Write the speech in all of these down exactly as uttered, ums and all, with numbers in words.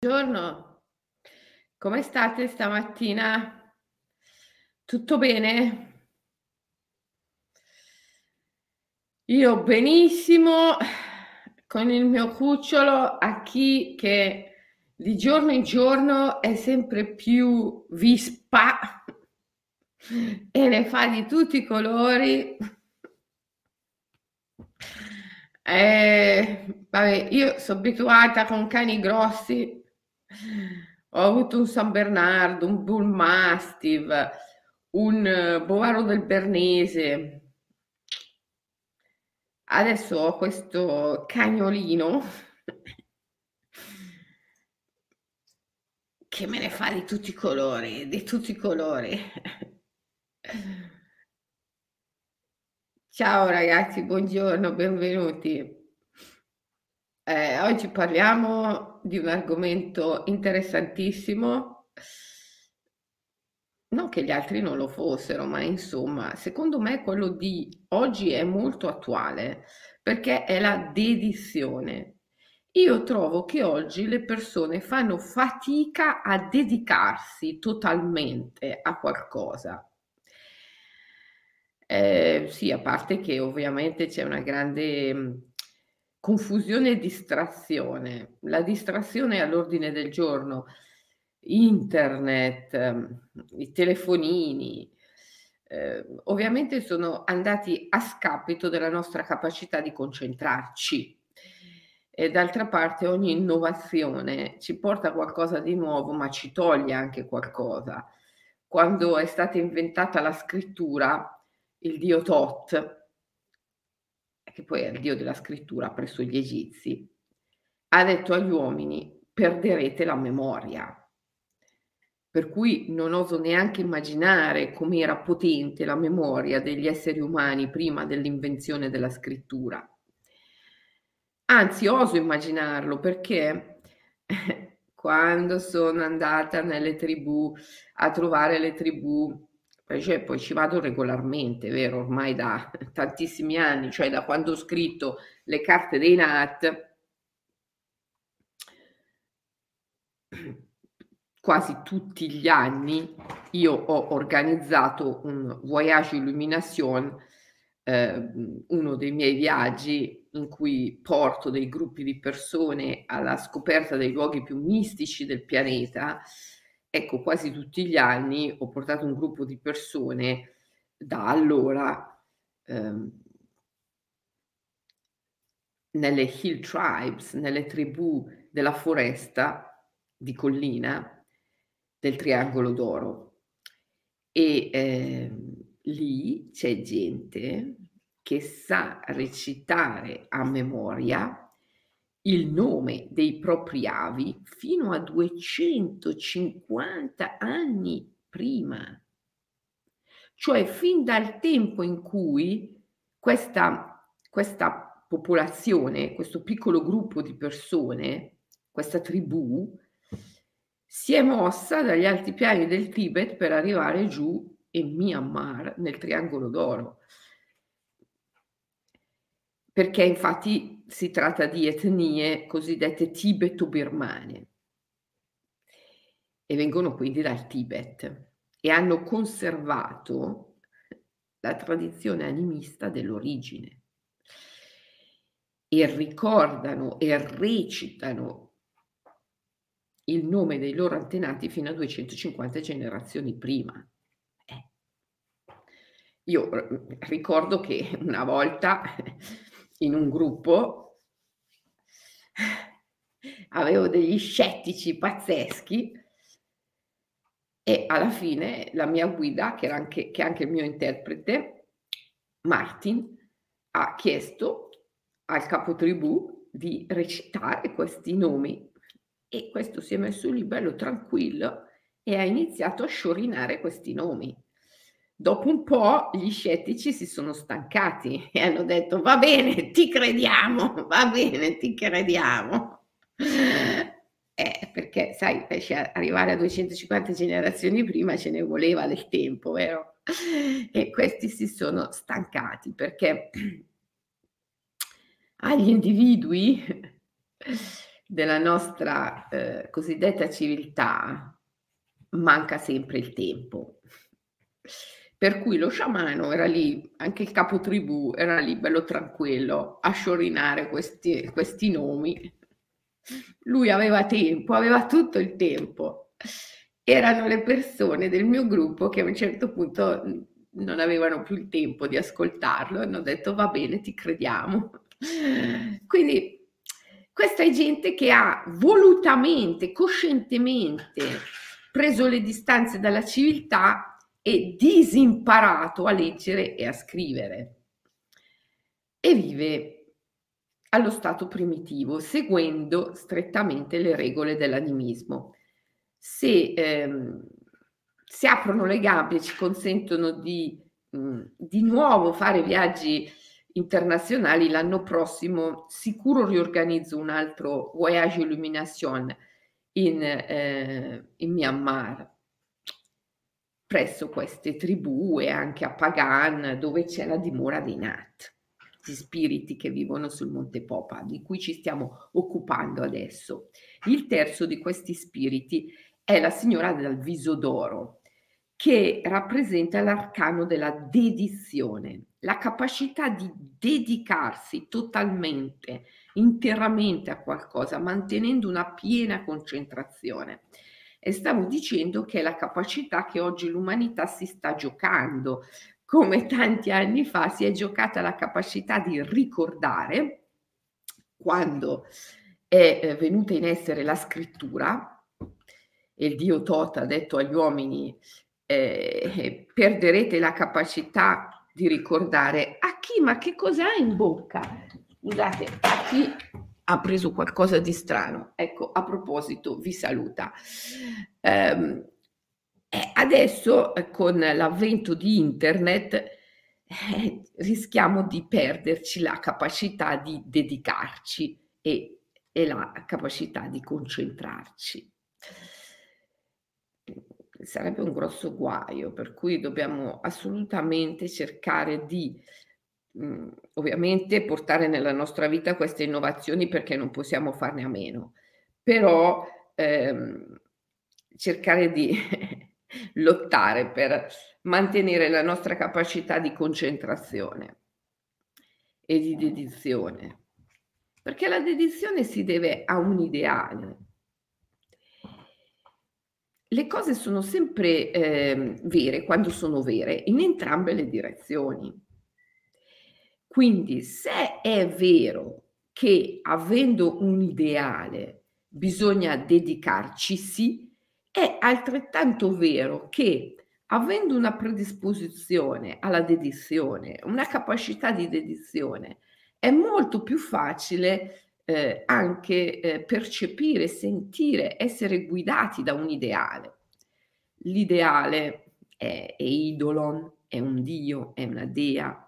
Buongiorno, come state stamattina? Tutto bene? Io benissimo, con il mio cucciolo Aki che di giorno in giorno è sempre più vispa e ne fa di tutti i colori. Eh, vabbè, io sono abituata con cani grossi. Ho avuto un San Bernardo, un Bull Mastiff, un eh, Bovaro del Bernese. Adesso ho questo cagnolino che me ne fa di tutti i colori, di tutti i colori. Ciao ragazzi, buongiorno, benvenuti. Eh, oggi parliamo di un argomento interessantissimo, non che gli altri non lo fossero, ma insomma, secondo me quello di oggi è molto attuale perché è la dedizione. Io trovo che oggi le persone fanno fatica a dedicarsi totalmente a qualcosa. Eh, sì, a parte che ovviamente c'è una grande mh, confusione e distrazione. La distrazione è all'ordine del giorno. Internet, ehm, i telefonini, ehm, ovviamente sono andati a scapito della nostra capacità di concentrarci. E d'altra parte ogni innovazione ci porta a qualcosa di nuovo, ma ci toglie anche qualcosa. Quando è stata inventata la scrittura, il dio Thoth, che poi è il dio della scrittura presso gli egizi, ha detto agli uomini: "Perderete la memoria". Per cui non oso neanche immaginare com'era potente la memoria degli esseri umani prima dell'invenzione della scrittura. Anzi, oso immaginarlo perché quando sono andata nelle tribù a trovare le tribù, poi cioè poi ci vado regolarmente, vero, ormai da tantissimi anni, cioè da quando ho scritto le carte dei Nat, quasi tutti gli anni io ho organizzato un voyage illumination, ehm, uno dei miei viaggi in cui porto dei gruppi di persone alla scoperta dei luoghi più mistici del pianeta. Ecco, quasi tutti gli anni ho portato un gruppo di persone da allora, ehm, nelle hill tribes, nelle tribù della foresta di collina del Triangolo d'Oro. E, ehm, lì c'è gente che sa recitare a memoria il nome dei propri avi fino a duecentocinquanta anni prima. Cioè fin dal tempo in cui questa questa popolazione, questo piccolo gruppo di persone, questa tribù, si è mossa dagli altipiani del Tibet per arrivare giù in Myanmar, nel Triangolo d'Oro. Perché infatti si tratta di etnie cosiddette tibeto-birmane e vengono quindi dal Tibet e hanno conservato la tradizione animista dell'origine e ricordano e recitano il nome dei loro antenati fino a duecentocinquanta generazioni prima. Eh. Io r ricordo che una volta in un gruppo avevo degli scettici pazzeschi e alla fine la mia guida, che era anche che è anche il mio interprete, Martin, ha chiesto al capotribù di recitare questi nomi e questo si è messo lì bello tranquillo e ha iniziato a sciorinare questi nomi. Dopo un po' gli scettici si sono stancati e hanno detto: "Va bene, ti crediamo, va bene, ti crediamo". Eh, perché sai, per sce arrivare a duecentocinquanta generazioni prima ce ne voleva del tempo, vero? E questi si sono stancati perché agli individui della nostra, ehm, cosiddetta civiltà manca sempre il tempo. Per cui lo sciamano era lì, anche il capo tribù era lì bello tranquillo a sciorinare questi questi nomi. Lui aveva tempo, aveva tutto il tempo. Erano le persone del mio gruppo che a un certo punto, mhmm, non avevano più il tempo di ascoltarlo e hanno detto: "Va bene, ti crediamo". Quindi questa è gente che ha volutamente, coscientemente preso le distanze dalla civiltà e disimparato a leggere e a scrivere. E vive allo stato primitivo, seguendo strettamente le regole dell'animismo. Se, ehm, si aprono le gabbie e ci consentono di, mhmm, di nuovo fare viaggi internazionali, l'anno prossimo sicuro riorganizzo un altro Voyage Illumination in ehm, in Myanmar, presso queste tribù e anche a Pagan, dove c'è la dimora dei Nat, gli spiriti che vivono sul Monte Popa, di cui ci stiamo occupando adesso. Il terzo di questi spiriti è la signora dal viso d'oro, che rappresenta l'arcano della dedizione, la capacità di dedicarsi totalmente, interamente a qualcosa, mantenendo una piena concentrazione. E stavo dicendo che è la capacità che oggi l'umanità si sta giocando, come tanti anni fa si è giocata la capacità di ricordare, quando è eh, venuta in essere la scrittura, e il dio Tot ha detto agli uomini: eh, perderete la capacità di ricordare. A chi? Ma che cos'ha in bocca? Scusate, a chi ha preso qualcosa di strano? Ecco, a proposito, vi saluta. Ehm, eh, adesso, eh, con l'avvento di internet, eh, rischiamo di perderci la capacità di dedicarci e, e la capacità di concentrarci. Sarebbe un grosso guaio, per cui dobbiamo assolutamente cercare di, mhmm, ovviamente portare nella nostra vita queste innovazioni perché non possiamo farne a meno, però, ehm, cercare di lottare per mantenere la nostra capacità di concentrazione e di dedizione, perché la dedizione si deve a un ideale. Le cose sono sempre, ehm, vere quando sono vere, in entrambe le direzioni. Quindi se è vero che avendo un ideale bisogna dedicarcisi, è altrettanto vero che avendo una predisposizione alla dedizione, una capacità di dedizione, è molto più facile eh, anche eh, percepire, sentire, essere guidati da un ideale. L'ideale è, è idolon, è un dio, è una dea,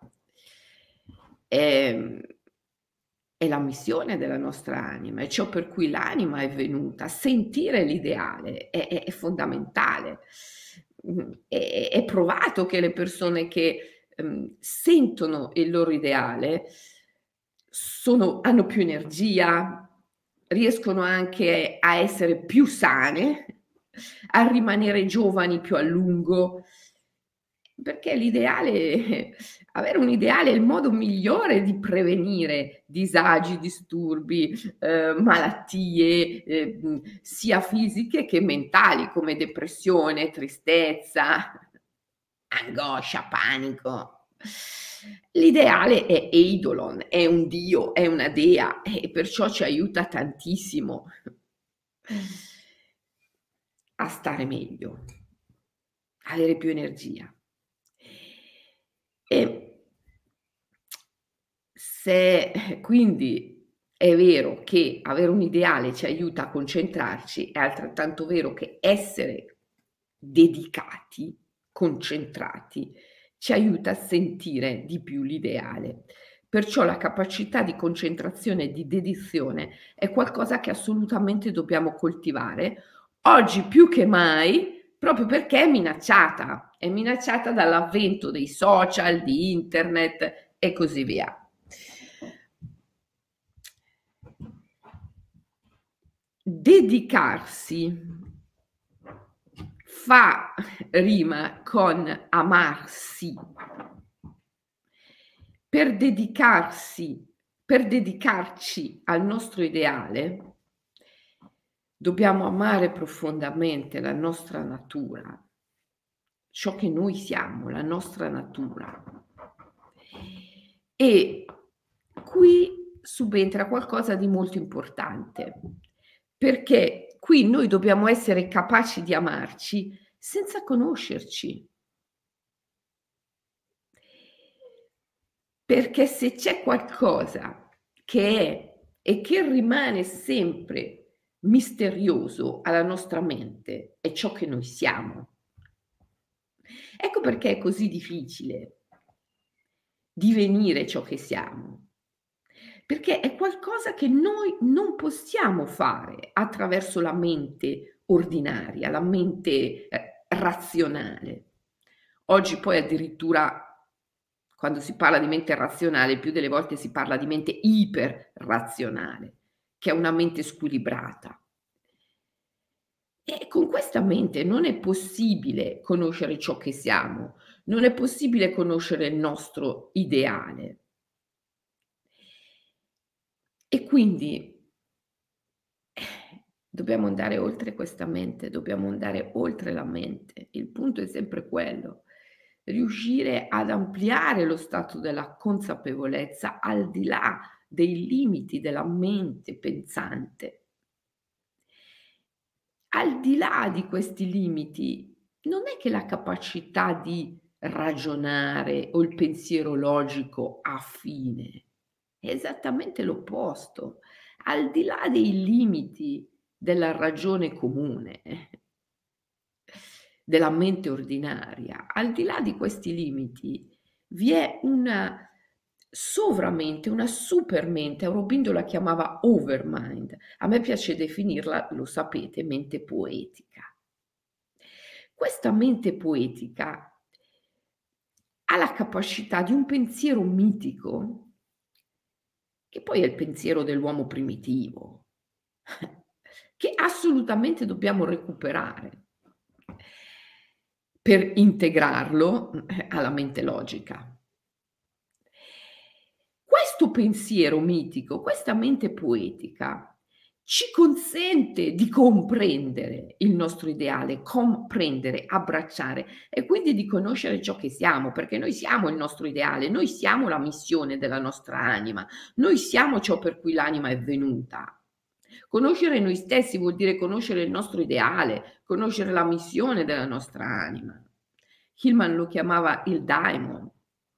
è, è la missione della nostra anima, è ciò per cui l'anima è venuta. Sentire l'ideale è, è, è fondamentale. Mm, È, è provato che le persone che um, sentono il loro ideale sono, hanno più energia, riescono anche a essere più sane, a rimanere giovani più a lungo, perché l'ideale, avere un ideale è il modo migliore di prevenire disagi, disturbi, eh, malattie, eh, sia fisiche che mentali, come depressione, tristezza, angoscia, panico. L'ideale è Eidolon, è un dio, è una dea e perciò ci aiuta tantissimo a stare meglio, avere più energia. E se quindi è vero che avere un ideale ci aiuta a concentrarci, è altrettanto vero che essere dedicati, concentrati, ci aiuta a sentire di più l'ideale. Perciò la capacità di concentrazione e di dedizione è qualcosa che assolutamente dobbiamo coltivare, oggi più che mai, proprio perché è minacciata, è minacciata dall'avvento dei social, di internet e così via. dedicarsi fa rima con amarsi. Per dedicarsi, per dedicarci al nostro ideale, dobbiamo amare profondamente la nostra natura, ciò che noi siamo, la nostra natura. E qui subentra qualcosa di molto importante, perché qui noi dobbiamo essere capaci di amarci senza conoscerci. Perché se c'è qualcosa che è e che rimane sempre misterioso alla nostra mente, è ciò che noi siamo. Ecco perché è così difficile divenire ciò che siamo, perché è qualcosa che noi non possiamo fare attraverso la mente ordinaria, la mente eh, razionale. Oggi poi addirittura quando si parla di mente razionale, il più delle volte si parla di mente iperrazionale, che è una mente squilibrata. E con questa mente non è possibile conoscere ciò che siamo, non è possibile conoscere il nostro ideale. E quindi eh, dobbiamo andare oltre questa mente, dobbiamo andare oltre la mente. Il punto è sempre quello: riuscire ad ampliare lo stato della consapevolezza al di là dei limiti della mente pensante. Al di là di questi limiti, non è che la capacità di ragionare o il pensiero logico ha fine, è esattamente l'opposto. Al di là dei limiti della ragione comune, della mente ordinaria, al di là di questi limiti vi è una sovramente, una supermente, Aurobindo la chiamava overmind, a me piace definirla, lo sapete, mente poetica. Questa mente poetica ha la capacità di un pensiero mitico, che poi è il pensiero dell'uomo primitivo, che assolutamente dobbiamo recuperare per integrarlo alla mente logica. Questo pensiero mitico, questa mente poetica, ci consente di comprendere il nostro ideale, comprendere, abbracciare e quindi di conoscere ciò che siamo, perché noi siamo il nostro ideale, noi siamo la missione della nostra anima, noi siamo ciò per cui l'anima è venuta. Conoscere noi stessi vuol dire conoscere il nostro ideale, conoscere la missione della nostra anima. Hillman lo chiamava il daimon.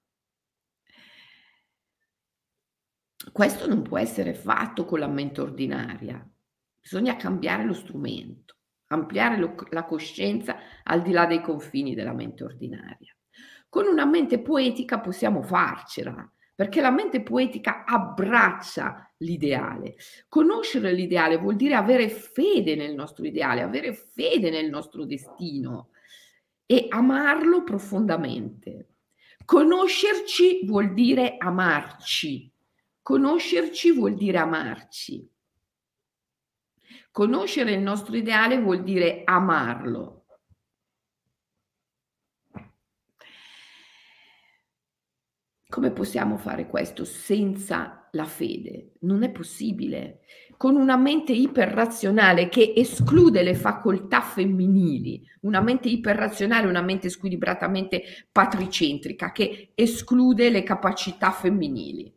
Questo non può essere fatto con la mente ordinaria, bisogna cambiare lo strumento, ampliare lo la coscienza al di là dei confini della mente ordinaria. Con una mente poetica possiamo farcela, perché la mente poetica abbraccia l'ideale. Conoscere l'ideale vuol dire avere fede nel nostro ideale, avere fede nel nostro destino e amarlo profondamente. Conoscerci vuol dire amarci. Conoscerci vuol dire amarci. Conoscere il nostro ideale vuol dire amarlo. Come possiamo fare questo senza la fede? Non è possibile. Con una mente iperrazionale che esclude le facoltà femminili, una mente iperrazionale, una mente squilibratamente patricentrica che esclude le capacità femminili,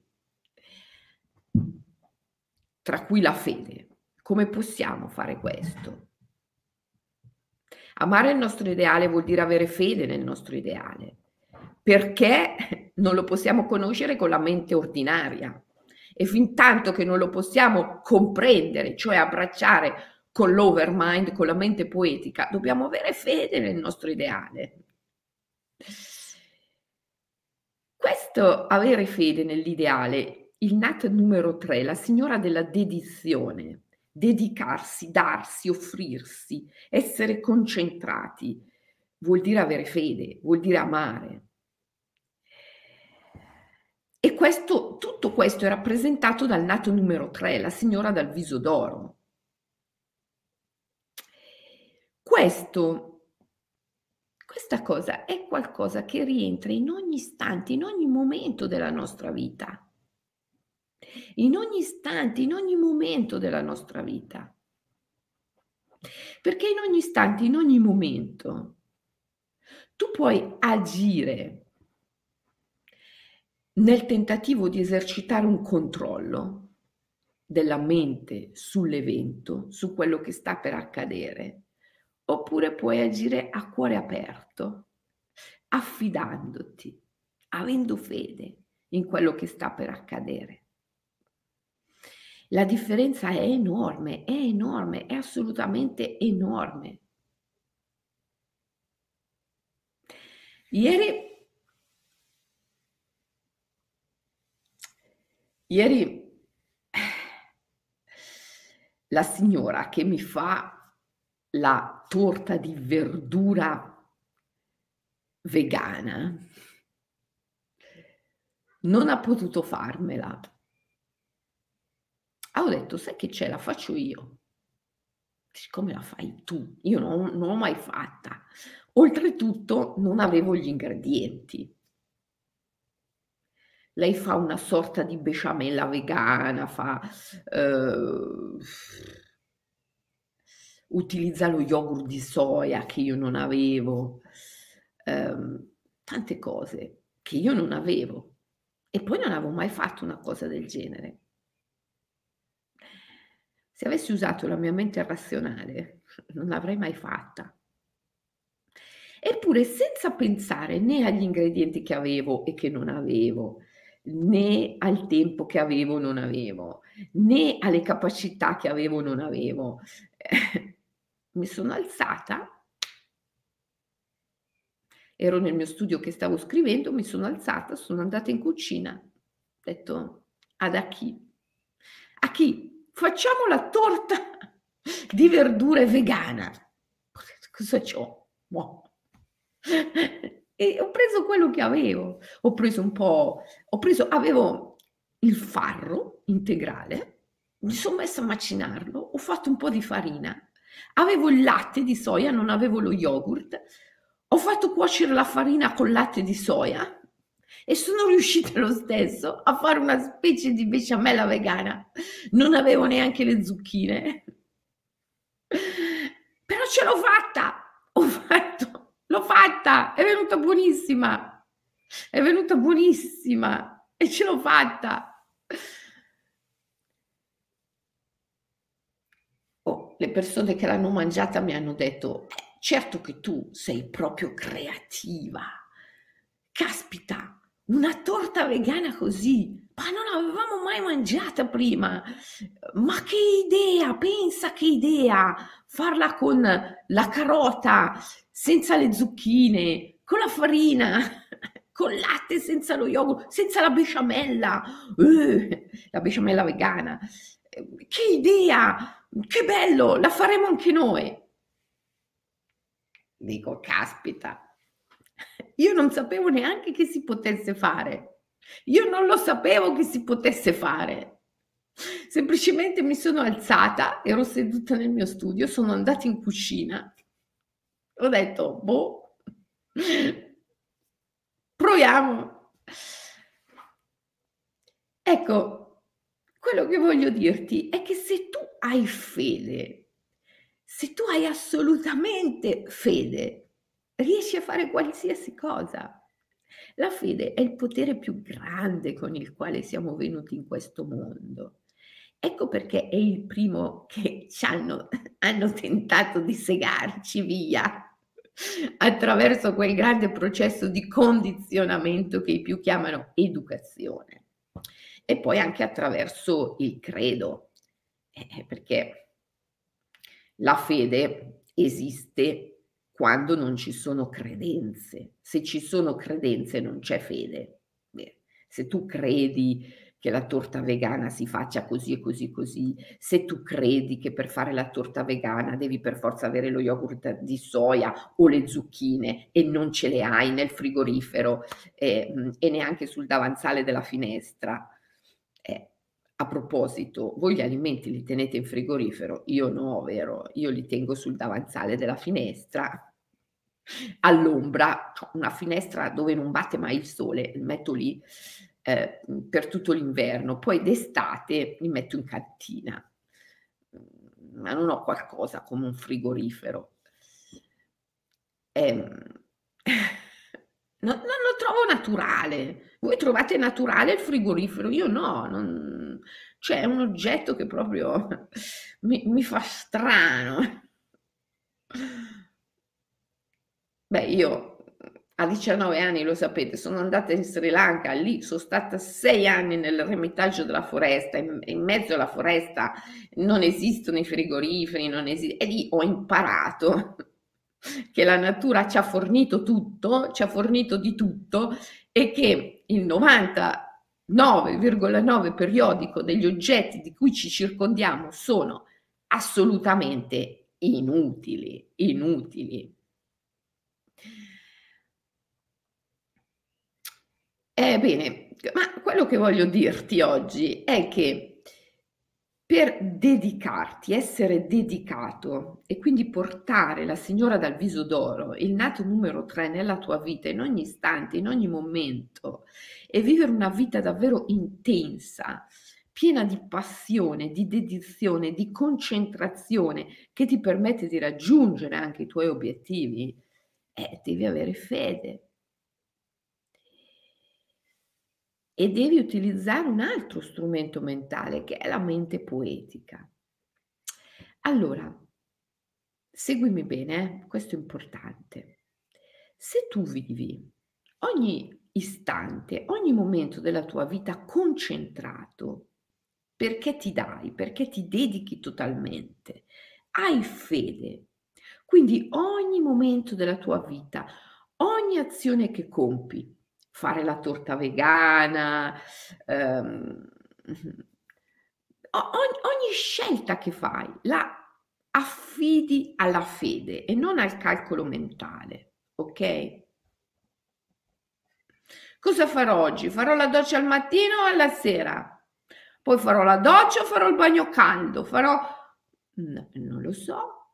tra cui la fede. Come possiamo fare questo? Amare il nostro ideale vuol dire avere fede nel nostro ideale, perché non lo possiamo conoscere con la mente ordinaria e fintanto che non lo possiamo comprendere, cioè abbracciare con l'overmind, con la mente poetica, dobbiamo avere fede nel nostro ideale. Questo avere fede nell'ideale, il Nat numero tre, la signora della dedizione, dedicarsi, darsi, offrirsi, essere concentrati, vuol dire avere fede, vuol dire amare. E questo, tutto questo è rappresentato dal Nato numero tre, la signora dal viso d'oro. Questo questa cosa è qualcosa che rientra in ogni istante, in ogni momento della nostra vita. In ogni istante, in ogni momento della nostra vita. Perché in ogni istante, in ogni momento tu puoi agire nel tentativo di esercitare un controllo della mente sull'evento, su quello che sta per accadere, oppure puoi agire a cuore aperto, affidandoti, avendo fede in quello che sta per accadere. La differenza è enorme, è enorme, è assolutamente enorme. Ieri ieri la signora che mi fa la torta di verdura vegana non ha potuto farmela. Ah, ho detto: "Sai che c'è? La faccio io". Dice: "Come la fai tu? Io non non l'ho mai fatta". Oltretutto non avevo gli ingredienti. Lei fa una sorta di besciamella vegana, fa, uhm, utilizza lo yogurt di soia che io non avevo, ehm, tante cose che io non avevo e poi non avevo mai fatto una cosa del genere. Se avessi usato la mia mente razionale non l'avrei mai fatta. Eppure senza pensare né agli ingredienti che avevo e che non avevo, né al tempo che avevo o non avevo, né alle capacità che avevo o non avevo, mi sono alzata ero nel mio studio che stavo scrivendo, mi sono alzata, sono andata in cucina, ho detto: "Ad a chi? A chi? Facciamo la torta di verdure vegana". Ho detto: "Cosa c'ho? Boh". E ho preso quello che avevo. Ho preso un po' ho preso avevo il farro integrale, mi son messa a macinarlo, ho fatto un po' di farina, avevo il latte di soia, non avevo lo yogurt, ho fatto cuocere la farina col latte di soia e sono riuscita lo stesso a fare una specie di besciamella vegana. Non avevo neanche le zucchine. Però ce l'ho fatta! Ho fatto l'ho fatta! È venuta buonissima! È venuta buonissima e ce l'ho fatta! Oh, le persone che l'hanno mangiata mi hanno detto: "Eh, certo che tu sei proprio creativa. Caspita, una torta vegana così, ma non l'avevamo mai mangiata prima. Ma che idea, pensa che idea, farla con la carota, senza le zucchine, con la farina, col latte senza lo yogurt, senza la besciamella, uh, la besciamella vegana. Ehm, che idea! Che bello, la faremo anche noi". Dico: "Caspita, io non sapevo neanche che si potesse fare. Io non lo sapevo che si potesse fare. Semplicemente mi sono alzata, ero seduta nel mio studio, sono andata in cucina, ho detto: "Boh, proviamo". Ecco, quello che voglio dirti è che se tu hai fede, se tu hai assolutamente fede, riesci a fare qualsiasi cosa. La fede è il potere più grande con il quale siamo venuti in questo mondo. Ecco perché è il primo che c'hanno hanno tentato di segarci via attraverso quel grande processo di condizionamento che i più chiamano educazione. E poi anche attraverso il credo, eh, eh, perché la fede esiste quando non ci sono credenze. Se ci sono credenze non c'è fede. Beh, se tu credi che la torta vegana si faccia così e così, così, se tu credi che per fare la torta vegana devi per forza avere lo yogurt di soia o le zucchine e non ce le hai nel frigorifero, ehm, e neanche sul davanzale della finestra, eh, A proposito, voi gli alimenti li tenete in frigorifero? Io no, vero? Io li tengo sul davanzale della finestra, all'ombra, c'ho una finestra dove non batte mai il sole, li metto lì, ehm, per tutto l'inverno, poi d'estate li metto in cantina. Mhmm, ma non ho qualcosa come un frigorifero. Ehm, no, non lo trovo naturale. Voi trovate naturale il frigorifero, io no, non, cioè è un oggetto che proprio mi mi fa strano. Beh, io, mhmm, a diciannove anni, lo sapete, sono andata in Sri Lanka, lì so stata sei anni nell'eremitaggio della foresta, in in mezzo alla foresta non esistono i frigoriferi, non esi e lì ho imparato che la natura ci ha fornito tutto, ci ha fornito di tutto e che il novantanove virgola nove periodico degli oggetti di cui ci circondiamo sono assolutamente inutili, inutili. Eh bene, ma quello che voglio dirti oggi è che per dedicarti, essere dedicato e quindi portare la signora dal viso d'oro, il nato numero tre nella tua vita in ogni istante, in ogni momento e vivere una vita davvero intensa, piena di passione, di dedizione, di concentrazione che ti permette di raggiungere anche i tuoi obiettivi, eh, devi avere fede. E devi utilizzare un altro strumento mentale che è la mente poetica. Allora, seguimi bene, eh, questo è importante. Se tu vivi ogni istante, ogni momento della tua vita concentrato, perché ti dai, perché ti dedichi totalmente, hai fede, quindi ogni momento della tua vita, ogni azione che compi, fare la torta vegana, ehm, o ogn ogni scelta che fai la affidi alla fede e non al calcolo mentale, okay? Cosa farò oggi? Farò la doccia al mattino o alla sera? Poi farò la doccia o farò il bagno caldo? Farò n non lo so.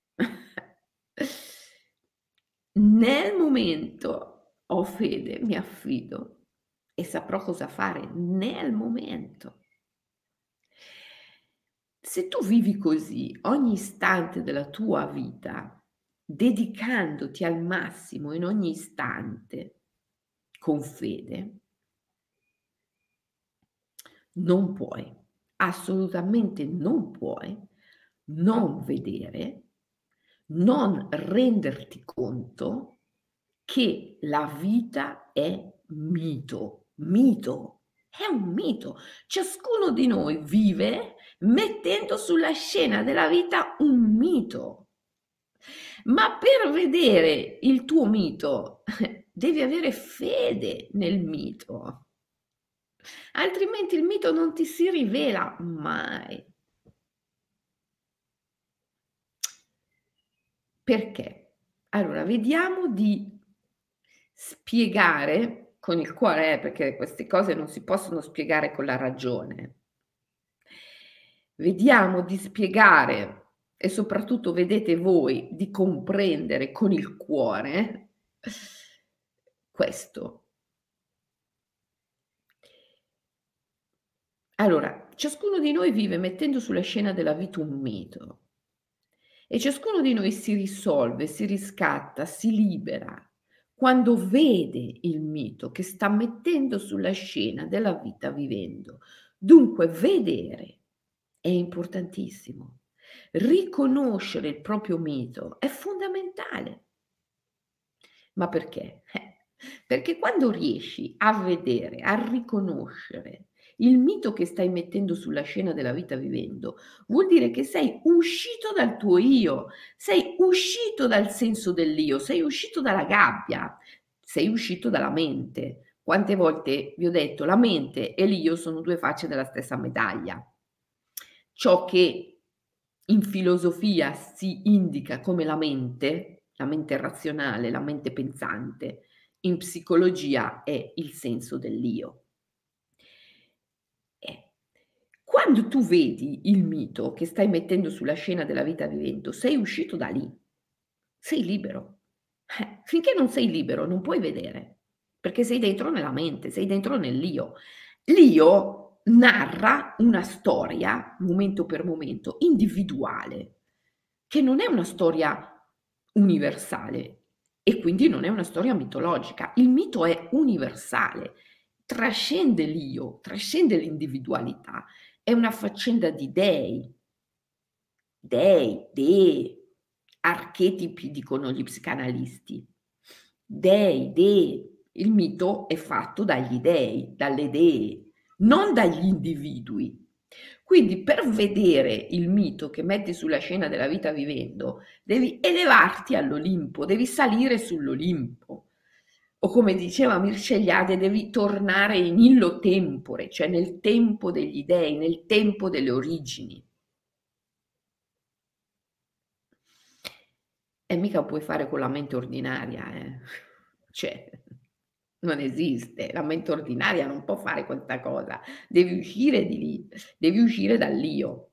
Nel momento ho fede, mi affido e saprò cosa fare nel momento. Se tu vivi così ogni istante della tua vita, dedicandoti al massimo in ogni istante, con fede, non puoi, assolutamente non puoi non vedere, non renderti conto che la vita è mito, mito, è un mito. Ciascuno di noi vive mettendo sulla scena della vita un mito. Ma per vedere il tuo mito devi avere fede nel mito, altrimenti il mito non ti si rivela mai. Perché? Allora, vediamo di spiegare con il cuore, eh, perché queste cose non si possono spiegare con la ragione. Vediamo di spiegare e soprattutto vedete voi di comprendere con il cuore questo. Allora, ciascuno di noi vive mettendo sulla scena della vita un mito e ciascuno di noi si risolve, si riscatta, si libera quando vede il mito che sta mettendo sulla scena della vita vivendo. Dunque vedere è importantissimo. Riconoscere il proprio mito è fondamentale. Ma perché? Eh, perché quando riesci a vedere, a riconoscere il mito che stai mettendo sulla scena della vita vivendo, vuol dire che sei uscito dal tuo io, sei uscito dal senso dell'io, sei uscito dalla gabbia, sei uscito dalla mente. Quante volte vi ho detto la mente e l'io sono due facce della stessa medaglia. Ciò che in filosofia si indica come la mente, la mente razionale, la mente pensante, in psicologia è il senso dell'io. Eh, Quando tu vedi il mito che stai mettendo sulla scena della vita vivendo, sei uscito da lì, sei libero. Eh, finché non sei libero non puoi vedere, perché sei dentro nella mente, sei dentro nell'io. L'io narra una storia, momento per momento, individuale, che non è una storia universale e quindi non è una storia mitologica. Il mito è universale, trascende l'io, trascende l'individualità, è una faccenda di dei, dei, dee, archetipi dicono gli psicanalisti. Dei, dee. Il mito è fatto dagli dei, dalle dee, non dagli individui. Quindi per vedere il mito che metti sulla scena della vita vivendo, devi elevarti all'Olimpo, devi salire sull'Olimpo. O come diceva Mircea Eliade, devi tornare in illo tempore, cioè nel tempo degli dei, nel tempo delle origini. E mica puoi fare con la mente ordinaria, eh. Cioè, non esiste, la mente ordinaria non può fare questa cosa, devi uscire di lì, devi uscire dall'io.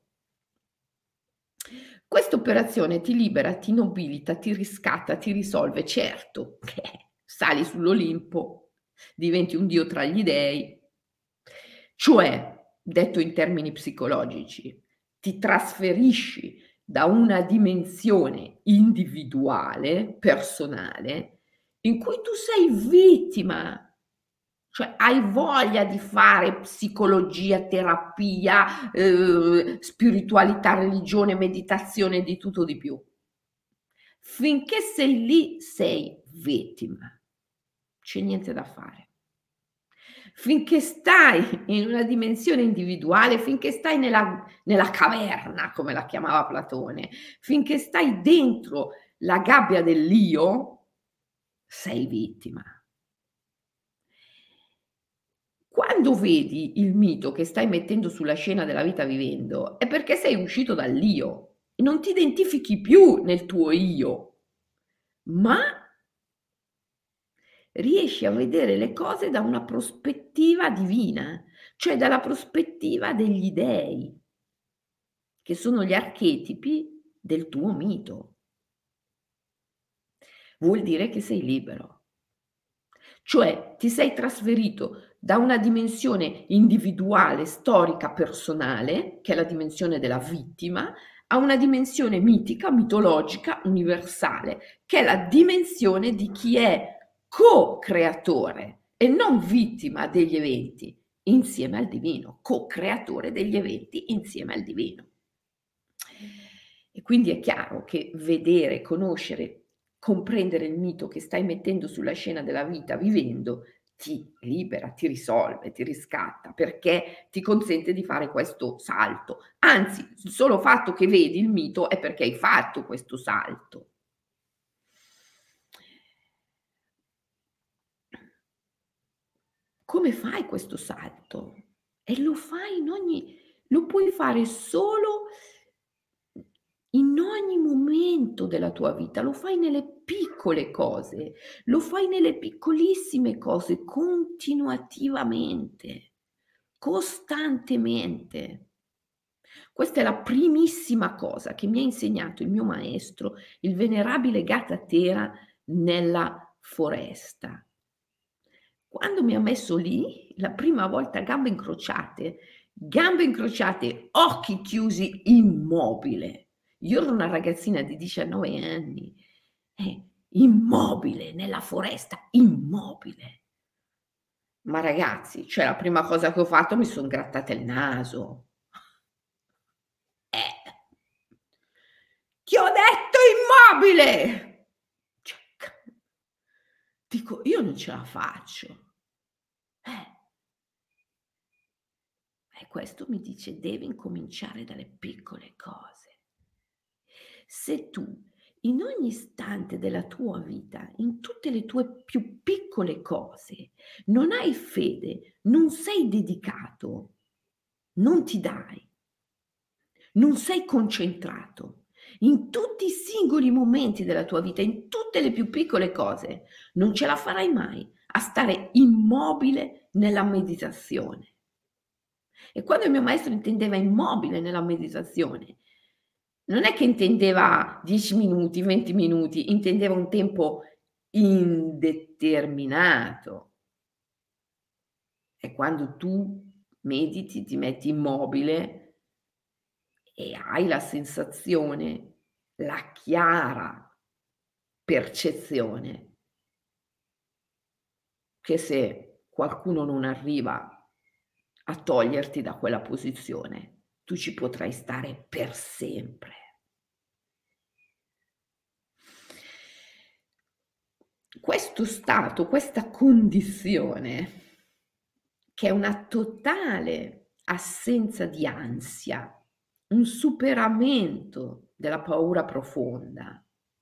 Questa operazione ti libera, ti nobilita, ti riscatta, ti risolve, certo che sali sull'Olimpo, diventi un dio tra gli dei, cioè, detto in termini psicologici, ti trasferisci da una dimensione individuale, personale, in cui tu sei vittima, cioè hai voglia di fare psicologia, terapia, eh, spiritualità, religione, meditazione, di tutto di più. Finché sei lì sei vittima, c'è niente da fare. Finché stai in una dimensione individuale, finché stai nella, nella caverna, come la chiamava Platone, finché stai dentro la gabbia dell'io, sei vittima. Quando vedi il mito che stai mettendo sulla scena della vita vivendo, è perché sei uscito dall'io e non ti identifichi più nel tuo io, ma riesci a vedere le cose da una prospettiva divina, cioè dalla prospettiva degli dei, che sono gli archetipi del tuo mito. Vuol dire che sei libero. Cioè ti sei trasferito da una dimensione individuale, storica, personale, che è la dimensione della vittima, a una dimensione mitica, mitologica, universale, che è la dimensione di chi è co-creatore e non vittima degli eventi insieme al divino, co-creatore degli eventi insieme al divino. E quindi è chiaro che vedere, conoscere, comprendere il mito che stai mettendo sulla scena della vita vivendo ti libera, ti risolve, ti riscatta, perché ti consente di fare questo salto. Anzi, il solo fatto che vedi il mito è perché hai fatto questo salto. Come fai questo salto? E lo fai in ogni lo puoi fare solo in ogni momento della tua vita, lo fai nelle piccole cose, lo fai nelle piccolissime cose, continuativamente, costantemente. Questa è la primissima cosa che mi ha insegnato il mio maestro, il venerabile Gatatera, nella foresta. Quando mi ha messo lì, la prima volta a gambe incrociate, gambe incrociate, occhi chiusi, immobile. Io ero una ragazzina di diciannove anni, eh, immobile, nella foresta, immobile. Ma ragazzi, cioè la prima cosa che ho fatto mi son grattata il naso. Eh. Ti ho detto immobile! Cioè, dico, io non ce la faccio. Eh. E questo mi dice: devi incominciare dalle piccole cose. Se tu in ogni istante della tua vita, in tutte le tue più piccole cose, non hai fede, non sei dedicato, non ti dai, non sei concentrato, in tutti i singoli momenti della tua vita, in tutte le più piccole cose, non ce la farai mai a stare immobile nella meditazione. E quando il mio maestro intendeva immobile nella meditazione, non è che intendeva dieci minuti, venti minuti, intendeva un tempo indeterminato. E quando tu mediti, ti metti immobile e hai la sensazione, la chiara percezione che se qualcuno non arriva a toglierti da quella posizione, tu ci potrai stare per sempre. Questo stato, questa condizione, che è una totale assenza di ansia, un superamento della paura profonda,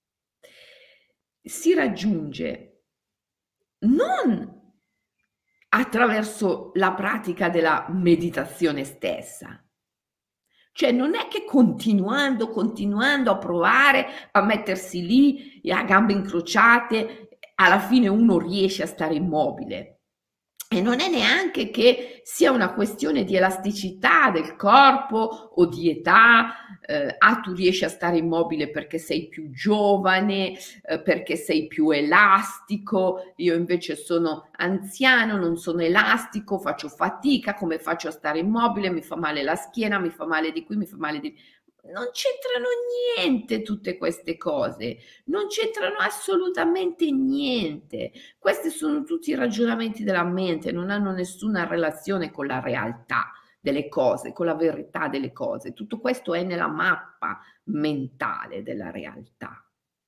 si raggiunge non attraverso la pratica della meditazione stessa. Cioè non è che continuando, continuando a provare a mettersi lì e a gambe incrociate, alla fine uno riesce a stare immobile. E non è neanche che sia una questione di elasticità del corpo o di età, eh, ah tu riesci a stare immobile perché sei più giovane, eh, perché sei più elastico, io invece sono anziano, non sono elastico, faccio fatica, come faccio a stare immobile, mi fa male la schiena, mi fa male di qui, mi fa male di... Non c'entrano niente tutte queste cose, non c'entrano assolutamente niente. Questi sono tutti ragionamenti della mente, non hanno nessuna relazione con la realtà delle cose, con la verità delle cose. Tutto questo è nella mappa mentale della realtà.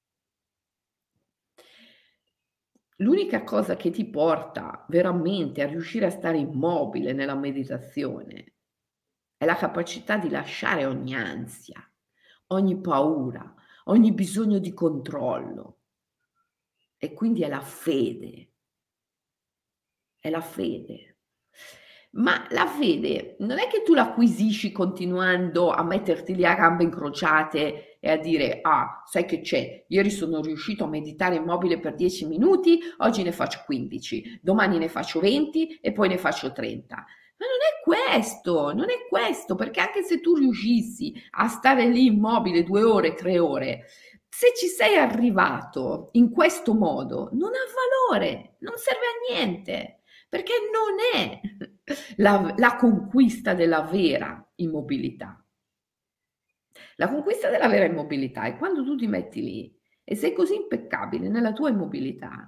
L'unica cosa che ti porta veramente a riuscire a stare immobile nella meditazione è la capacità di lasciare ogni ansia, ogni paura, ogni bisogno di controllo. E quindi è la fede. È la fede. Ma la fede non è che tu l'acquisisci continuando a metterti lì a gambe incrociate e a dire: "Ah, sai che c'è? Ieri sono riuscito a meditare immobile per dieci minuti, oggi ne faccio quindici, domani ne faccio venti e poi ne faccio trenta". Ma non è questo, non è questo, perché anche se tu riuscissi a stare lì immobile due ore, tre ore, se ci sei arrivato in questo modo, non ha valore, non serve a niente. Perché non è la, la conquista della vera immobilità. La conquista della vera immobilità è quando tu ti metti lì e sei così impeccabile nella tua immobilità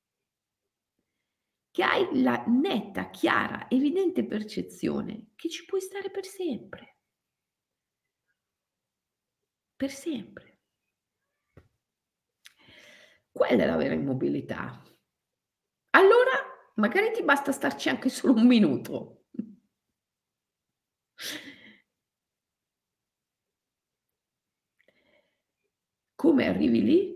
che hai la netta, chiara, evidente percezione che ci puoi stare per sempre. Per sempre. Quella è la vera immobilità. Allora magari ti basta starci anche solo un minuto. Come arrivi lì?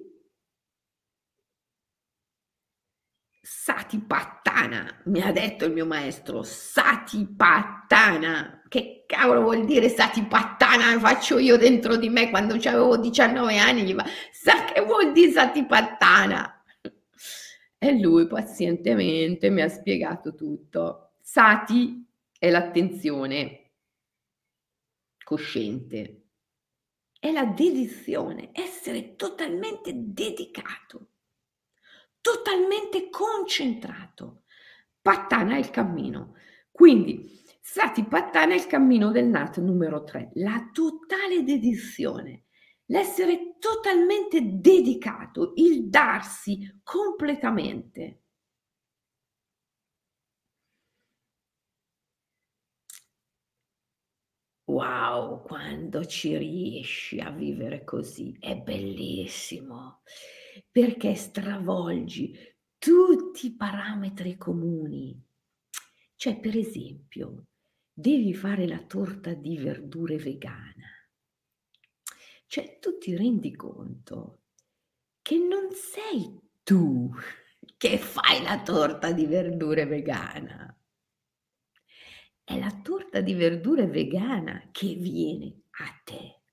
Satipattana, mi ha detto il mio maestro, Satipattana. Che cavolo vuol dire Satipattana? Faccio io dentro di me quando avevo diciannove anni, gli fa, sa che vuol dire Satipattana? E lui pazientemente mi ha spiegato tutto. Sati è l'attenzione cosciente, è la dedizione, essere totalmente dedicato. Totalmente concentrato. Pattana è il cammino. Quindi Satipattana è il cammino del Nat numero tre, la totale dedizione, l'essere totalmente dedicato, il darsi completamente. Wow, quando ci riesci a vivere così è bellissimo, perché stravolgi tutti i parametri comuni. Cioè, per esempio, devi fare la torta di verdure vegana. Cioè, tu ti rendi conto che non sei tu che fai la torta di verdure vegana. È la torta di verdure vegana che viene a te.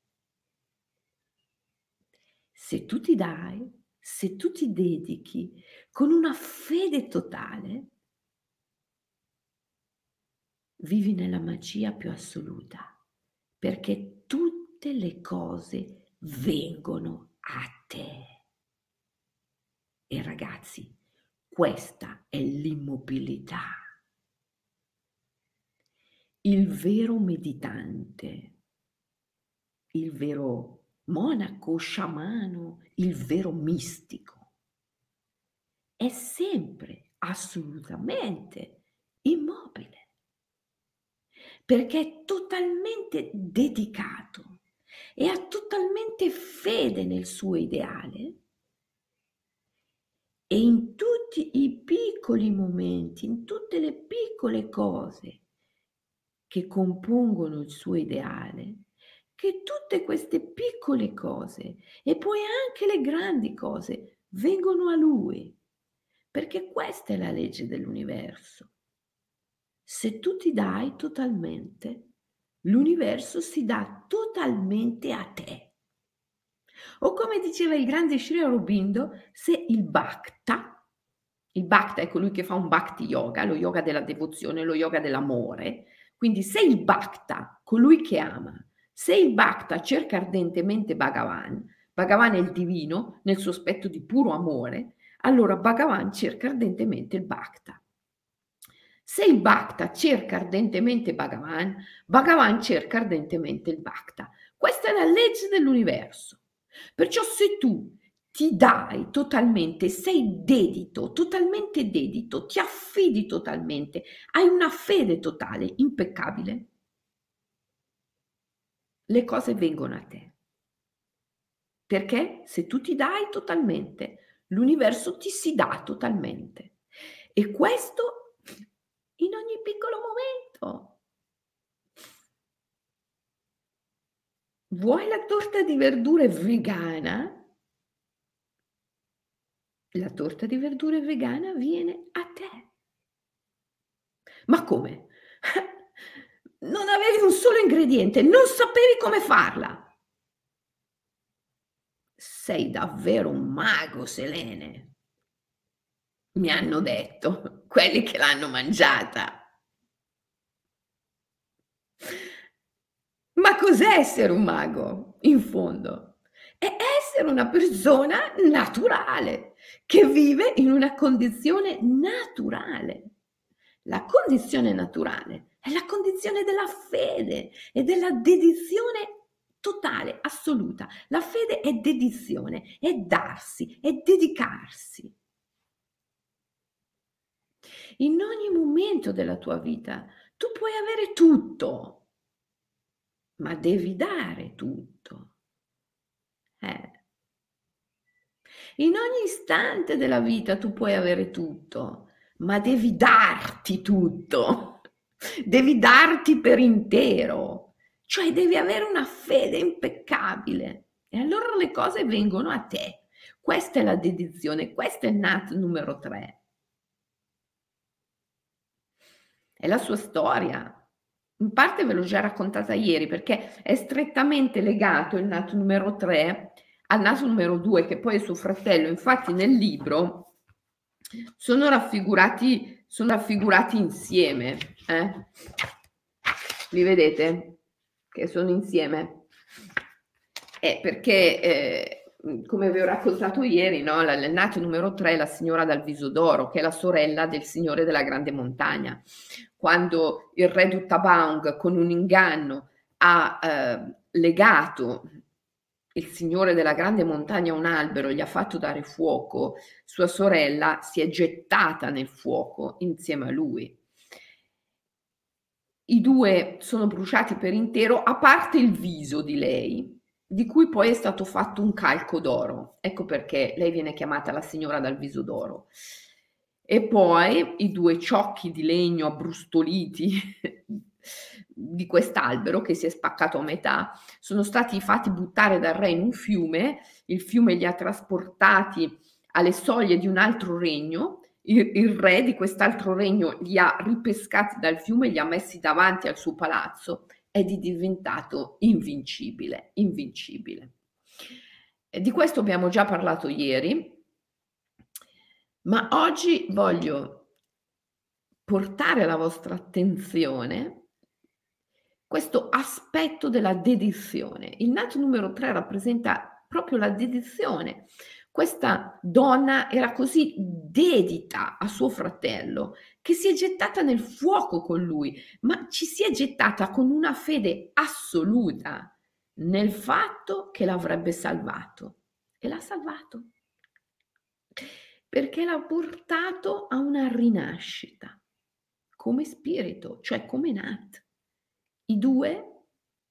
Se tu ti dai, se tu ti dedichi con una fede totale, vivi nella magia più assoluta, perché tutte le cose vengono a te. E ragazzi, questa è l'immobilità. Il vero meditante, il vero monaco, sciamano, il vero mistico è sempre assolutamente immobile, perché è totalmente dedicato e ha totalmente fede nel suo ideale. E in tutti i piccoli momenti, in tutte le piccole cose che compongono il suo ideale, che tutte queste piccole cose e poi anche le grandi cose vengono a lui, perché questa è la legge dell'universo. Se tu ti dai totalmente, l'universo si dà totalmente a te. O come diceva il grande Sri Aurobindo, se il Bhakta, il Bhakta è colui che fa un Bhakti Yoga, lo yoga della devozione, lo yoga dell'amore, quindi se il Bhakta, colui che ama, se il Bhakta cerca ardentemente Bhagavan, Bhagavan è il divino nel suo aspetto di puro amore, allora Bhagavan cerca ardentemente il Bhakta. Se il Bhakta cerca ardentemente Bhagavan, Bhagavan cerca ardentemente il Bhakta. Questa è la legge dell'universo. Perciò se tu ti dai totalmente, sei dedito, totalmente dedito, ti affidi totalmente, hai una fede totale, impeccabile, le cose vengono a te. Perché se tu ti dai totalmente, l'universo ti si dà totalmente. E questo in ogni piccolo momento. Vuoi la torta di verdure vegana? La torta di verdure vegana viene a te. Ma come? Non avevi un solo ingrediente, non sapevi come farla. Sei davvero un mago, Selene. Mi hanno detto quelli che l'hanno mangiata. Ma cos'è essere un mago, in fondo? È essere una persona naturale, che vive in una condizione naturale. La condizione naturale è la condizione della fede e della dedizione totale, assoluta. La fede è dedizione, è darsi, è dedicarsi. In ogni momento della tua vita tu puoi avere tutto, ma devi dare tutto. Eh. In ogni istante della vita tu puoi avere tutto, ma devi darti tutto. Devi darti per intero. Cioè devi avere una fede impeccabile. E allora le cose vengono a te. Questa è la dedizione, questo è il Nat numero tre. È la sua storia. In parte ve l'ho già raccontata ieri perché è strettamente legato il Nat numero tre al Nat numero due che poi è suo fratello. Infatti nel libro sono raffigurati, sono raffigurati insieme. Eh? Li vedete? Che sono insieme. Eh, perché, eh, come vi ho raccontato ieri, no? La, il Nat numero tre è la signora dal viso d'oro, che è la sorella del signore della grande montagna. Quando il re Duttabaung con un inganno ha eh, legato il signore della grande montagna a un albero, gli ha fatto dare fuoco, sua sorella si è gettata nel fuoco insieme a lui. I due sono bruciati per intero, a parte il viso di lei, di cui poi è stato fatto un calco d'oro. Ecco perché lei viene chiamata la signora dal viso d'oro. E poi i due ciocchi di legno abbrustoliti di quest'albero che si è spaccato a metà sono stati fatti buttare dal re in un fiume, il fiume li ha trasportati alle soglie di un altro regno, il, il re di quest'altro regno li ha ripescati dal fiume e li ha messi davanti al suo palazzo ed è diventato invincibile, invincibile. E di questo abbiamo già parlato ieri, ma oggi voglio portare alla vostra attenzione questo aspetto della dedizione. Il nato numero tre rappresenta proprio la dedizione. Questa donna era così dedita a suo fratello che si è gettata nel fuoco con lui, ma ci si è gettata con una fede assoluta nel fatto che l'avrebbe salvato. E l'ha salvato. Perché l'ha portato a una rinascita come spirito, cioè come Nat. I due,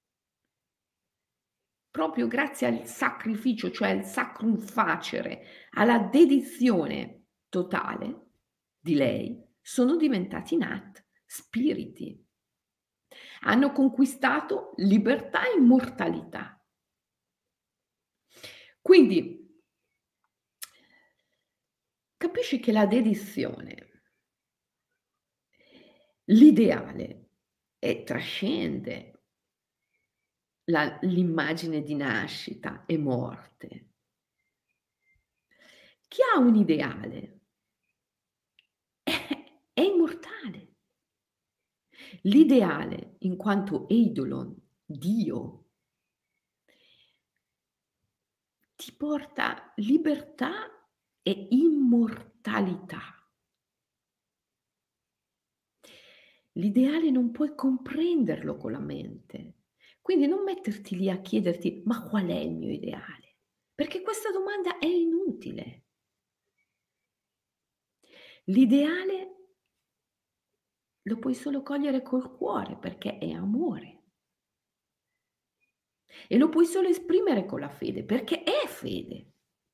proprio grazie al sacrificio, cioè al sacrum facere, alla dedizione totale di lei, sono diventati Nat, spiriti. Hanno conquistato libertà e immortalità. Quindi capisci che la dedizione, l'ideale, e trascende la l'immagine di nascita e morte. Chi ha un ideale è è immortale. L'ideale, in quanto eidolon, Dio, ti porta libertà e immortalità. L'ideale non puoi comprenderlo con la mente. Quindi non metterti lì a chiederti: "Ma qual è il mio ideale?" Perché questa domanda è inutile. L'ideale lo puoi solo cogliere col cuore perché è amore. E lo puoi solo esprimere con la fede perché è fede.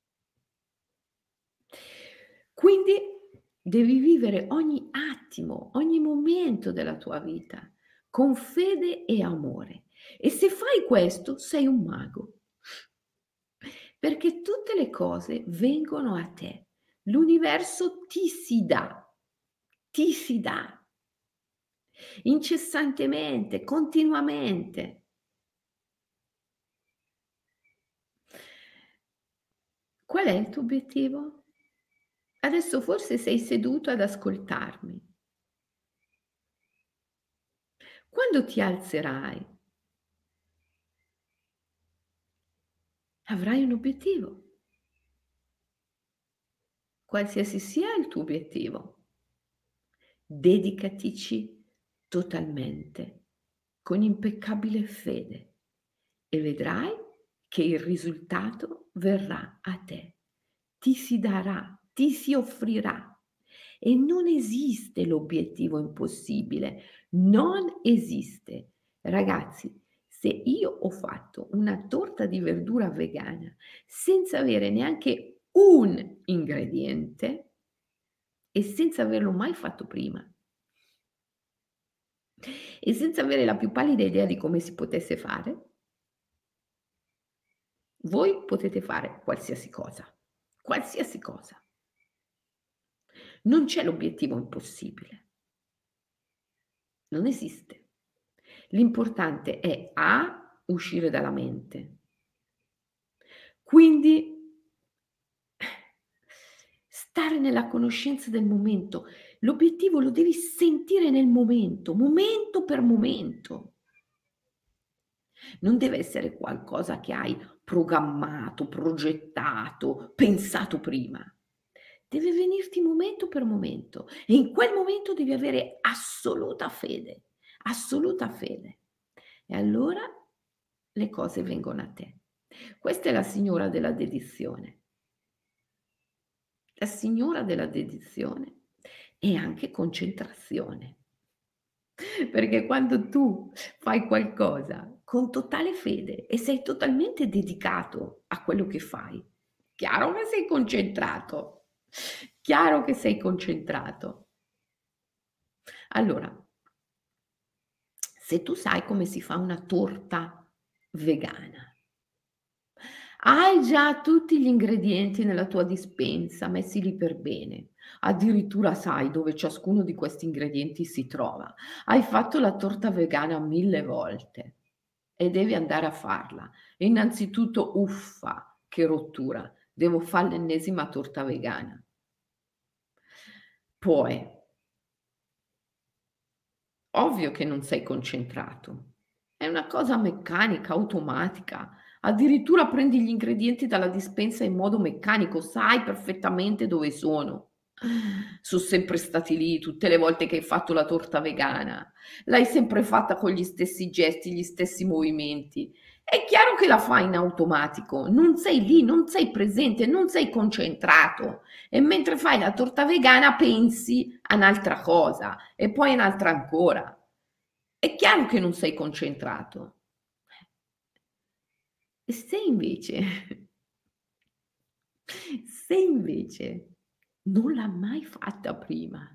Quindi devi vivere ogni attimo, ogni momento della tua vita con fede e amore. E se fai questo sei un mago. Perché tutte le cose vengono a te. L'universo ti si dà, ti si dà incessantemente, continuamente. Qual è il tuo obiettivo? Adesso forse sei seduto ad ascoltarmi. Quando ti alzerai, avrai un obiettivo. Qualsiasi sia il tuo obiettivo, dedicatici totalmente, con impeccabile fede e vedrai che il risultato verrà a te, ti si darà, ti si offrirà. E non esiste l'obiettivo impossibile, non esiste. Ragazzi, se io ho fatto una torta di verdura vegana senza avere neanche un ingrediente e senza averlo mai fatto prima e senza avere la più pallida idea di come si potesse fare, voi potete fare qualsiasi cosa, qualsiasi cosa. Non c'è l'obiettivo impossibile. Non esiste. L'importante è A, uscire dalla mente. Quindi stare nella conoscenza del momento. L'obiettivo lo devi sentire nel momento, momento per momento. Non deve essere qualcosa che hai programmato, progettato, pensato prima. Deve venirti momento per momento e in quel momento devi avere assoluta fede, assoluta fede. E allora le cose vengono a te. Questa è la signora della dedizione. La signora della dedizione e anche concentrazione. Perché quando tu fai qualcosa con totale fede e sei totalmente dedicato a quello che fai, chiaro che sei concentrato, chiaro che sei concentrato. Allora, se tu sai come si fa una torta vegana, hai già tutti gli ingredienti nella tua dispensa messi lì per bene. Addirittura sai dove ciascuno di questi ingredienti si trova. Hai fatto la torta vegana mille volte e devi andare a farla. E innanzitutto, uffa, che rottura, devo fare l'ennesima torta vegana. Poi Ovvio che non sei concentrato. È una cosa meccanica, automatica. Addirittura prendi gli ingredienti dalla dispensa in modo meccanico, sai perfettamente dove sono. Son sempre stati lì tutte le volte che hai fatto la torta vegana. L'hai sempre fatta con gli stessi gesti, gli stessi movimenti. È chiaro che la fai in automatico, non sei lì, non sei presente, non sei concentrato e mentre fai la torta vegana pensi a un'altra cosa e poi un'altra ancora. È chiaro che non sei concentrato. E se invece se invece non l'ha mai fatta prima,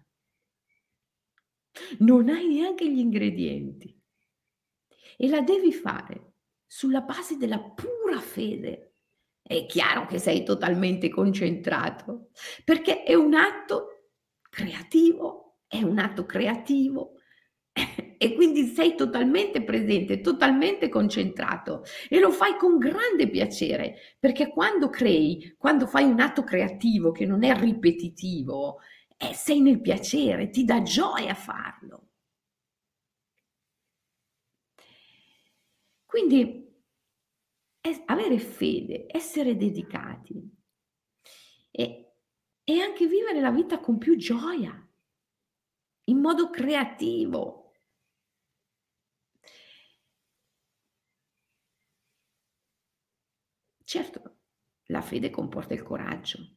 non hai neanche gli ingredienti e la devi fare sulla base della pura fede, è chiaro che sei totalmente concentrato, perché è un atto creativo, è un atto creativo e quindi sei totalmente presente, totalmente concentrato e lo fai con grande piacere, perché quando crei, quando fai un atto creativo che non è ripetitivo, eh, sei nel piacere, ti dà gioia farlo. Quindi es avere fede, essere dedicati e e anche vivere la vita con più gioia, in modo creativo. Certo, la fede comporta il coraggio,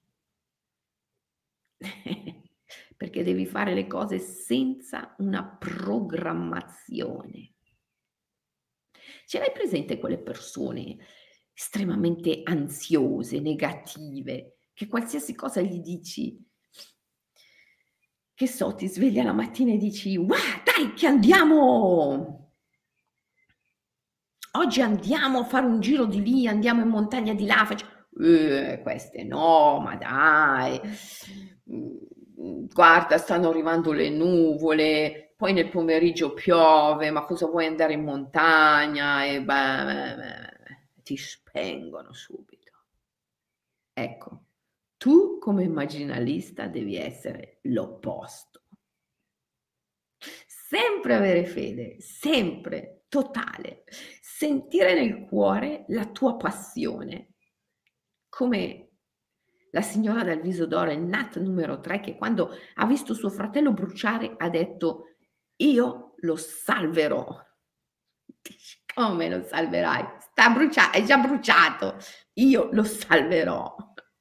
perché devi fare le cose senza una programmazione. Ce l'hai presente quelle persone estremamente ansiose, negative, che qualsiasi cosa gli dici che so, ti svegli alla mattina e dici: "Ua, dai che andiamo oggi andiamo a fare un giro di lì, andiamo in montagna di là, faccia" "Eh, queste no, ma dai, mhmm, guarda stanno arrivando le nuvole, poi nel pomeriggio piove, ma cosa vuoi andare in montagna?" E beh, beh, beh, ti spengono subito. Ecco, tu come immaginalista devi essere l'opposto. Sempre avere fede, sempre, totale. Sentire nel cuore la tua passione, come la signora dal viso d'oro, il Nat numero tre, che quando ha visto suo fratello bruciare ha detto: "Io lo salverò". Dici: "Come lo salverai? Sta brucia è già bruciato, io lo salverò".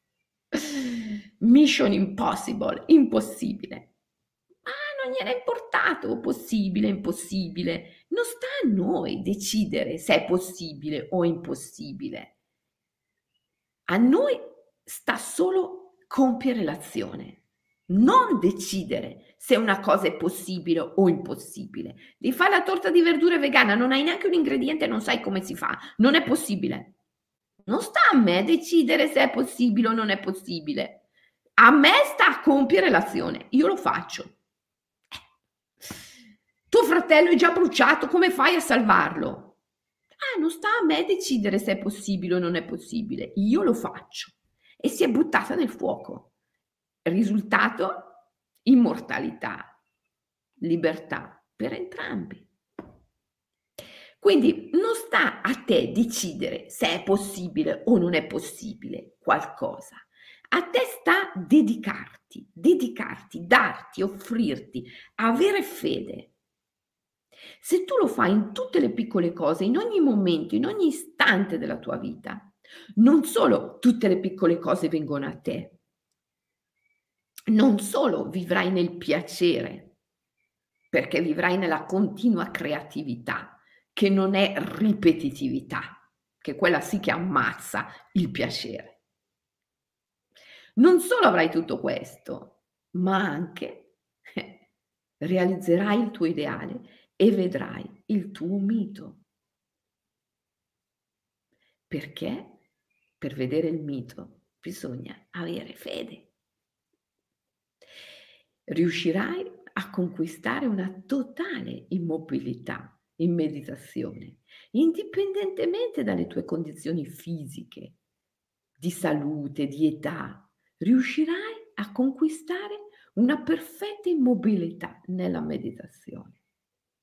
Mission impossible, impossibile. Ma non gliene è importato, possibile, impossibile. Non sta a noi decidere se è possibile o impossibile. A noi sta solo compiere l'azione, non decidere se una cosa è possibile o impossibile. Devi fare la torta di verdure vegana, non hai neanche un ingrediente e non sai come si fa, non è possibile. Non sta a me decidere se è possibile o non è possibile. A me sta a compiere l'azione, io lo faccio. Eh. Tuo fratello è già bruciato, come fai a salvarlo? Ah, non sta a me decidere se è possibile o non è possibile, io lo faccio. E si è buttata nel fuoco. Risultato? Immortalità, libertà per entrambi. Quindi non sta a te decidere se è possibile o non è possibile qualcosa. A te sta dedicarti, dedicarti, darti, offrirti, avere fede. Se tu lo fai in tutte le piccole cose, in ogni momento, in ogni istante della tua vita, non solo tutte le piccole cose vengono a te, non solo vivrai nel piacere, perché vivrai nella continua creatività, che non è ripetitività, che quella sì che ammazza il piacere. Non solo avrai tutto questo, ma anche eh, realizzerai il tuo ideale e vedrai il tuo mito. Perché per vedere il mito bisogna avere fede. Riuscirai a conquistare una totale immobilità in meditazione, indipendentemente dalle tue condizioni fisiche, di salute, di età. Riuscirai a conquistare una perfetta immobilità nella meditazione.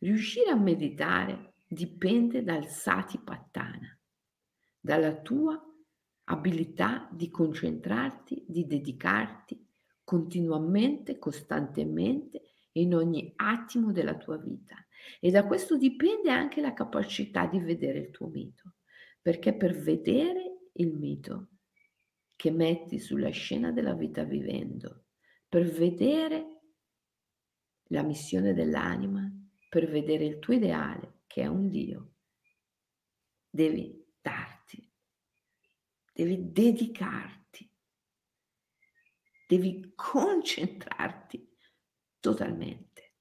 Riuscire a meditare dipende dal Satipatthana, dalla tua abilità di concentrarti, di dedicarti continuamente, costantemente, in ogni attimo della tua vita. E da questo dipende anche la capacità di vedere il tuo mito, perché per vedere il mito che metti sulla scena della vita vivendo, per vedere la missione dell'anima, per vedere il tuo ideale, che è un Dio, devi darti, devi dedicarti, devi concentrarti totalmente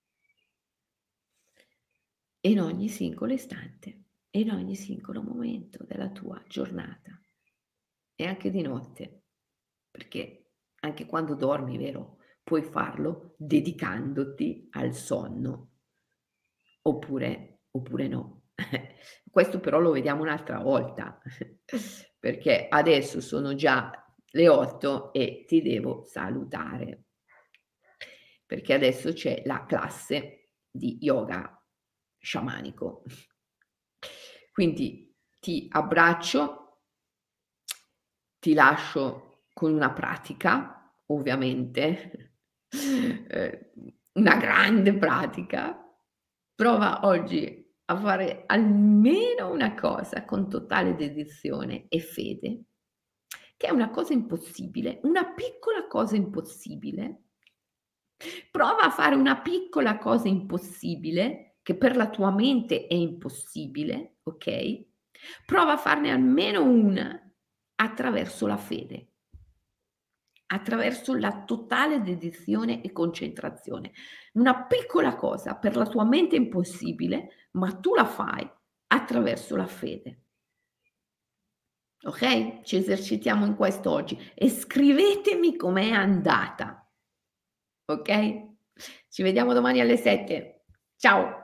in ogni singolo istante, in ogni singolo momento della tua giornata e anche di notte, perché anche quando dormi, vero, puoi farlo dedicandoti al sonno, oppure oppure no. Questo però lo vediamo un'altra volta, perché adesso sono già le otto e ti devo salutare, perché adesso c'è la classe di yoga sciamanico. Quindi ti abbraccio, ti lascio con una pratica, ovviamente, ehm, una grande pratica. Prova oggi a fare almeno una cosa con totale dedizione e fede, che è una cosa impossibile, una piccola cosa impossibile. Prova a fare una piccola cosa impossibile, che per la tua mente è impossibile, okay? Prova a farne almeno una attraverso la fede, attraverso la totale dedizione e concentrazione. Una piccola cosa per la tua mente è impossibile, ma tu la fai attraverso la fede. Okay? Ci esercitiamo in questo oggi e scrivetemi com'è andata. Okay? Ci vediamo domani alle sette. Ciao.